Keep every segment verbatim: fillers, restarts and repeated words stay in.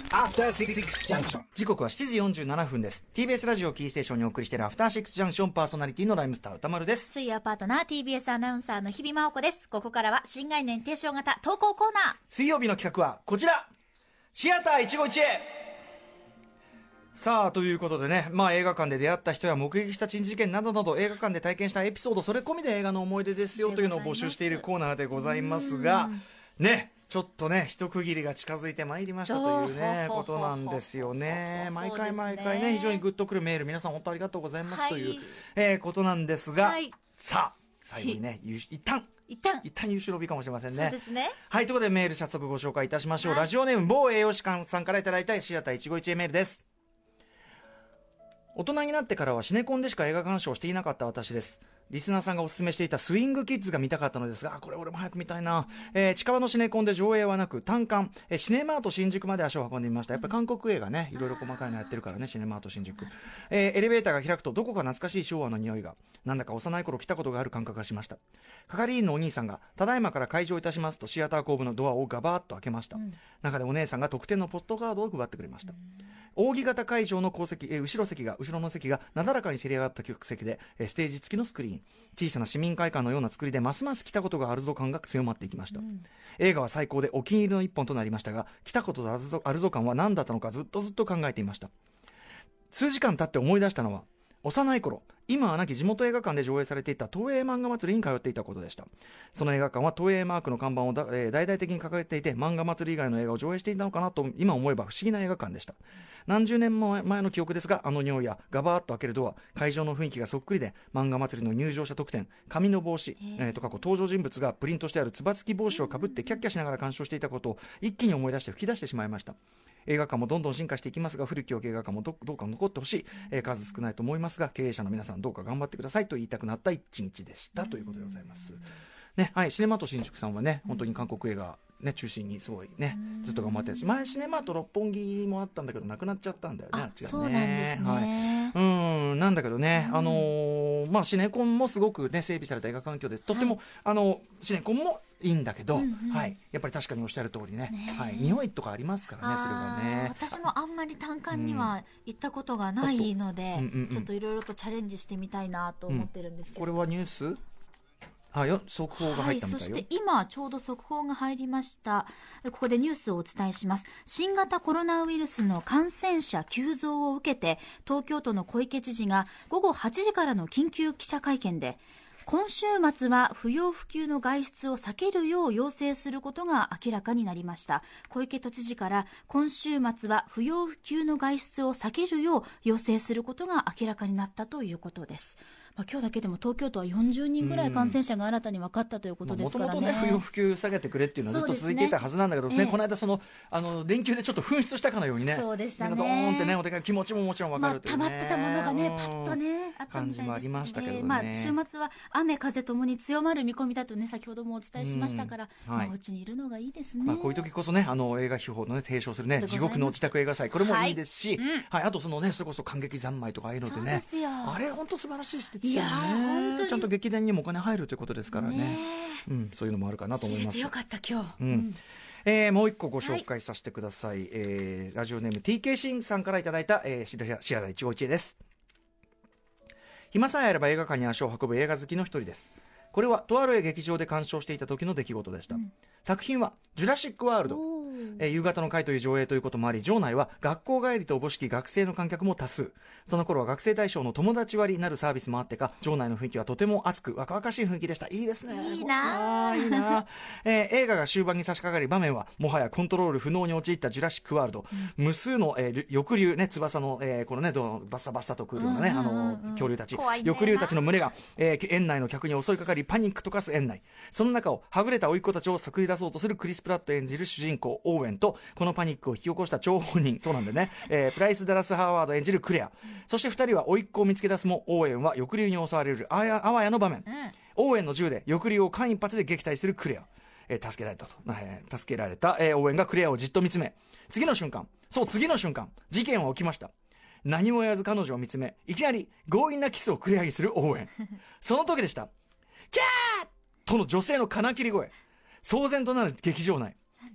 アフターシックスジャンクション。時刻はしちじよんじゅうななふんです。 ティービーエス ラジオキーステーションにお送りしているアフターシックスジャンクション、パーソナリティのライムスター歌丸です。 水曜パートナー ティービーエス アナウンサーの日々真央子です。ここからは新概念提唱型投稿コーナー。 水曜日の企画はこちら、シアター一期一会。さあということでね、まあ、映画館で出会った人や目撃した珍事件などなど映画館で体験したエピソード、それ込みで映画の思い出ですよというのを募集しているコーナーでございますがね、ちょっとね一区切りが近づいてまいりましたというねことなんですよね。毎回毎回ね非常にグッとくるメール、皆さん本当ありがとうございますという、はい、えー、ことなんですが、はい、さあ最後にね一旦一旦一旦優秀の美かもしれませんね。 そうですね。 はい、ということでメール早速ご紹介いたしましょう、はい、ラジオネーム某栄養士館さんからいただいたシアター一期一会メールです。大人になってからはシネコンでしか映画鑑賞していなかった私です。リスナーさんがおすすめしていたスイングキッズが見たかったのですが、これ俺も早く見たいな、えー、近場のシネコンで上映はなく単館、えー、シネマート新宿まで足を運んでみました。やっぱり韓国映画ね、いろいろ細かいのやってるからね、シネマート新宿、えー、エレベーターが開くとどこか懐かしい昭和の匂いが、なんだか幼い頃来たことがある感覚がしました。係員のお兄さんがただいまから開場いたしますとシアター後部のドアをガバーッと開けました、うん、中でお姉さんが特典のポストカードを配ってくれました。扇形会場の後席、えー、後ろ席が後ろの席がなだらかにせり上がった客席で、えー、ステージ付きのスクリーン、小さな市民会館のような作りでますます来たことがあるぞ感が強まっていきました、うん、映画は最高でお気に入りの一本となりましたが、来たことがあるぞ、あるぞ感は何だったのかずっとずっと考えていました。数時間経って思い出したのは、幼い頃今はなき地元映画館で上映されていた東映漫画祭りに通っていたことでした。その映画館は東映マークの看板をだ、えー、大々的に掲げていて、漫画祭り以外の映画を上映していたのかなと今思えば不思議な映画館でした。何十年も前の記憶ですが、あの匂いやガバーッと開けるドア、会場の雰囲気がそっくりで、漫画祭りの入場者特典、紙の帽子、えー、とか登場人物がプリントしてあるつば付き帽子をかぶってキャッキャしながら鑑賞していたことを一気に思い出して吹き出してしまいました。映画館もどんどん進化していきますが、古き良き映画館も ど, どうか残ってほしい、えー、数少ないと思いますが、経営者の皆さんどうか頑張ってくださいと言いたくなった一日でしたということでございます、ね。はい、シネマート新宿さんはね、本当に韓国映画、ね、中心にすごいねずっと頑張ってるし、前シネマート六本木もあったんだけどなくなっちゃったんだよね。 あ、違うね、そうなんですね、 はい、うんなんだけどね、あのーまあ、シネコンもすごく、ね、整備された映画環境でとっても、はい、あのシネコンもいいんだけど、うんうん、はい、やっぱり確かにおっしゃる通り ね, ね、はい、匂いとかありますからね、それはね。 私もあんまり単館には行ったことがないので、うんうんうん、ちょっといろいろとチャレンジしてみたいなと思ってるんですけど、 うん、これはニュースあよ速報が入ったみたいよ。 はい、そして今ちょうど速報が入りました。ここでニュースをお伝えします。新型コロナウイルスの感染者急増を受けて、東京都の小池知事が午後はちじからの緊急記者会見で、今週末は不要不急の外出を避けるよう要請することが明らかになりました。小池都知事から今週末は不要不急の外出を避けるよう要請することが明らかになったということです。まあ、今日だけでも東京都はよんじゅうにんぐらい感染者が新たに分かったということですからね。 もともとね不要不急下げてくれっていうのはずっと続いていたはずなんだけど、ね、ね、この間そのあの連休でちょっと噴出したかのようにね、 そうでしたね、 ドーンってね、お出かけ気持ちももちろん分かるというね、 まあ、溜まってたものがねパッとねあったみたいですね。 感じもありましたけどね、 まあ、週末は雨風ともに強まる見込みだとね先ほどもお伝えしましたから、うん、はい、まあ、お家にいるのがいいですね。 まあ、こういう時こそね、あの映画秘宝のね提唱するね地獄の自宅映画祭、これもいいですし、はい、うん、はい、あとそのねそれこそ感激三昧とかああいうのでね、 そうですよ、あれ本当素晴らしい施設ですよね。ちゃんと劇団にもお金入るということですから ね, ね、うん、そういうのもあるかなと思います。 よかった今日、 うんうん、えー、もう一個ご紹介させてください、はい、えー、ラジオネーム ティーケー シンさんからいただいた、えー、シアター一期一会です。暇さえあれば映画館に足を運ぶ映画好きの一人です。これはとある劇場で鑑賞していた時の出来事でした、うん、作品はジュラシックワールド、えー、夕方の会という上映ということもあり、場内は学校帰りとおぼしき学生の観客も多数。その頃は学生対象の友達割なるサービスもあってか、場内の雰囲気はとても熱く若々しい雰囲気でした。いいですね、 いいな、 いいな、えー、映画が終盤に差し掛かり、場面はもはやコントロール不能に陥ったジュラシックワールド、うん、無数の、えー、翼竜、ね、翼の、えー、このねどバッサバッサと来るようなね、うんうんうん、あの恐竜たち、翼竜たちの群れが、えー、園内の客に襲いかかりパニックとかす園内。その中をはぐれた甥っ子たちを救い出そうとするクリス・プラット演じる主人公オーウェンと、このパニックを引き起こした張本人、そうなんでね、えー、プライス・ダラス・ハワード演じるクレア、そしてふたりは甥っ子を見つけ出すもオーウェンは翼竜に襲われるあやあわやの場面、うん、オーウェンの銃で翼竜を間一髪で撃退するクレア、えー、助けられたと、えー、助けられた、えー、オーウェンがクレアをじっと見つめ、次の瞬間、そう次の瞬間事件は起きました。何も言わず彼女を見つめ、いきなり強引なキスをクレアにするオーウェンその時でした。キャーとの女性の金切り声、騒然となる劇場内。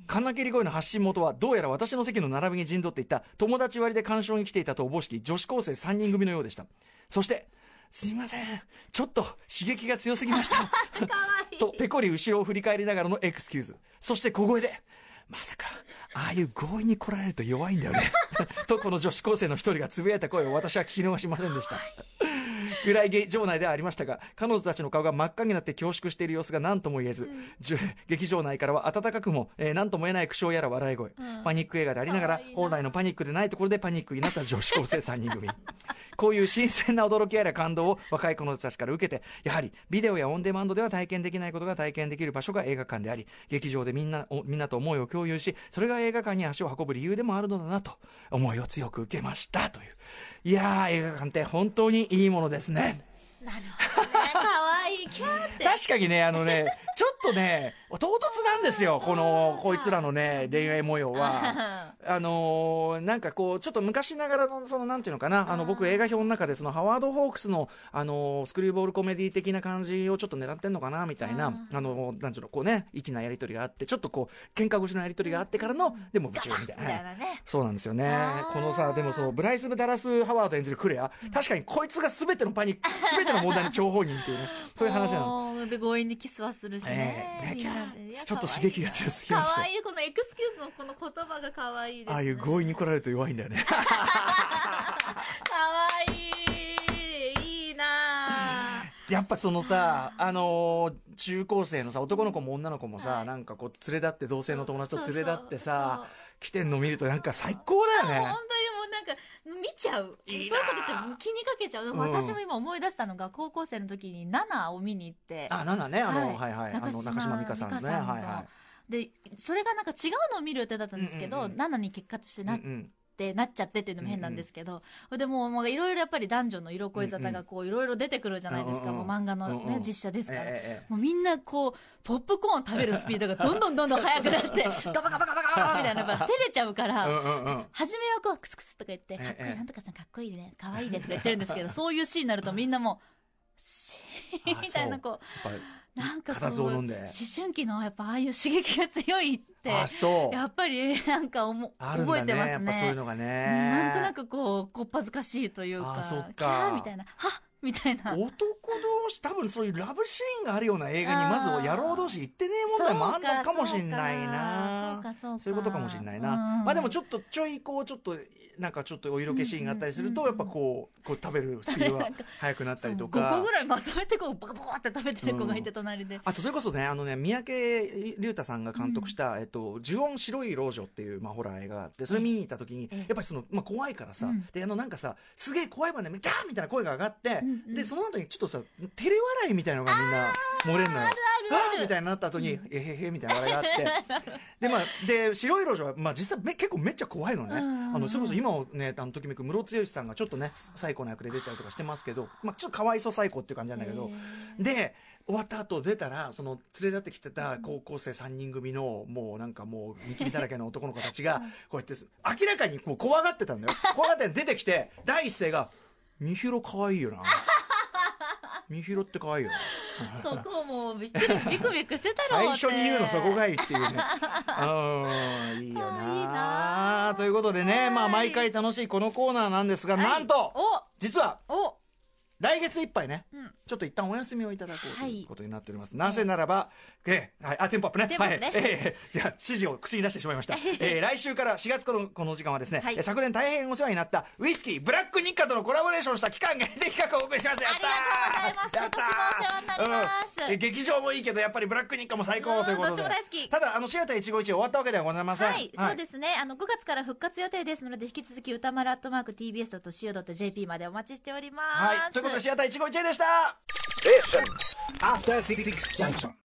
カンナ蹴り声の発信元はどうやら私の席の並びに陣取っていた友達割で鑑賞に来ていたとおぼしき女子高生さんにん組のようでした。そしてすいませんちょっと刺激が強すぎましたとペコリ後ろを振り返りながらのエクスキューズ。そして小声でまさかああいう強引に来られると弱いんだよねとこの女子高生の一人がつぶやいた声を私は聞き逃しませんでしたぐらい場内ではありましたが、彼女たちの顔が真っ赤になって恐縮している様子が何とも言えず、うん、劇場内からは温かくも、えー、何とも言えない苦笑やら笑い声、うん、パニック映画でありながら本来のパニックでないところでパニックになった女子高生さんにん組こういう新鮮な驚きやら感動を若い子たちから受けて、やはりビデオやオンデマンドでは体験できないことが体験できる場所が映画館であり、劇場でみんなみんなと思いを共有し、それが映画館に足を運ぶ理由でもあるのだなと思いを強く受けましたという。いやー、映画館って本当にいいものですね。 なるほどね、かわいいキャーって確かにね、あのねちょっとね唐突なんですよ、このこいつらのね恋愛模様はあのー、なんかこうちょっと昔ながらのそのなんていうのかな、あの僕映画表の中でそのハワード・ホークスの、あのー、スクリューボールコメディ的な感じをちょっと狙ってんのかなみたいな、あのー、なんていうのこうね粋なやり取りがあって、ちょっとこう喧嘩腰のやり取りがあってからのでも夢中みたいな、ね、そうなんですよね。このさでもそのブライス・ダラス・ハワード演じるクレア、確かにこいつが全てのパニック全ての問題の張本人っていうね、そういう話なので強引にキスはするしね、 えー、ねちょっと刺激が強すぎました。 かわいい、このエクスキューズのこの言葉がかわいいですね。 ああいう強引に来られると弱いんだよねかわいいいいなやっぱそのさ、あのー、中高生のさ男の子も女の子もさ、はい、なんかこう連れ立って同性の友達と連れ立ってさ来てんの見るとなんか最高だよね。 本当にもうなんか見ちゃう、いいそういう子たちは気にかけちゃう、うん、私も今思い出したのが高校生の時にナナを見に行って、 あナナね、あの、はい、はいはい、あの中島美嘉さんのね、はいはい、 でそれがなんか違うのを見る予定だったんですけど、うんうんうん、ナナに結果としてなって、うんうんってなっちゃってっていうのも変なんですけど、うんうん、でもいろいろやっぱり男女の色恋沙汰がこういろいろ出てくるじゃないですか、うんうん、もう漫画の、ねうんうん、実写ですから、ええ、もうみんなこうポップコーンを食べるスピードがどんどんどんどん速くなってガバガバガバガバみたいな、照れちゃうから、うんうんうん、初めはこうクスクスとか言ってかっこいい、ええ、なんとかさんかっこいいねかわいいねとか言ってるんですけどそういうシーンになるとみんなもうシーみたいなこうなんかこう思春期のやっぱああいう刺激が強いってあそうやっぱりなんかおも覚えてますね。 やっぱそういうのがね、 なんとなくこうこっぱずかしいというか、 あそっかキャーみたいなはっみたいな、 男同士多分そういうラブシーンがあるような映画にまず野郎同士行ってねえ問題もあるのかもしんないな。 そうかそうかそういうことかもしんないな、うん、まあでもちょっとちょいこうちょっとなんかちょっとお色気シーンがあったりすると、うんうんうん、やっぱこう、こう食べるスピードが速くなったりとかごこぐらいまとめてこうバカバカって食べてる子がいて隣で、うん、 あとそれこそねあのね三宅龍太さんが監督した、うんえっと、呪音白い老女っていう、まあ、ホラー映画があって、それ見に行った時にやっぱりその、まあ、怖いからさ、うん、であのなんかさすげえ怖い場面でギャーみたいな声が上がって、うんうん、でその後にちょっとさ照れ笑いみたいなのがみんな漏れんのよ。あーみたいになった後に、うん、えへへみたいな笑いがあってで、まあ、で白い老女は、まあ、実際め結構めっちゃ怖いのね、うんうん、あのそれこそ今をねあの時めくムロツヨシさんがちょっとねサイコの役で出たりとかしてますけど、まあ、ちょっとかわいそうサイコっていう感じなんだけど、で終わった後出たらその連れ立ってきてた高校生さんにん組のもうなんかもうニキビだらけの男の子たちがこうやって明らかにもう怖がってたんだよ。怖がって出てきて第一声が「みひろかわいいよな」みひろって可愛いよそこもびっくりビクビクしてたろ最初に言うのそこがいいっていうねうんいいよないいなということでね、まあ、毎回楽しいこのコーナーなんですが、はい、なんと実はお来月いっぱいね、うん、ちょっと一旦お休みをいただこうということになっております、はい、なぜならば、えーはい、あテンポアップね、 テンポアップね、 はいえー、じゃあ指示を口に出してしまいました、えー、来週からしがつ頃この時間はですね、はい、昨年大変お世話になったウイスキーブラック日課とのコラボレーションした期間限定企画をお送りします。やったーありがとうございます。今年もお世話になります、 うん、劇場もいいけどやっぱりブラック日課も最高ということで、 どっちも大好き。 ただあのシアターいちごいち終わったわけではございません。 はい、はい、そうですね、あのごがつから復活予定ですので引き続き歌丸アットマーク ティービーエスドットシーオードットジェーピー までお待ちしております。 はい、ということでシアターいちごいちでした。 After Six Junction.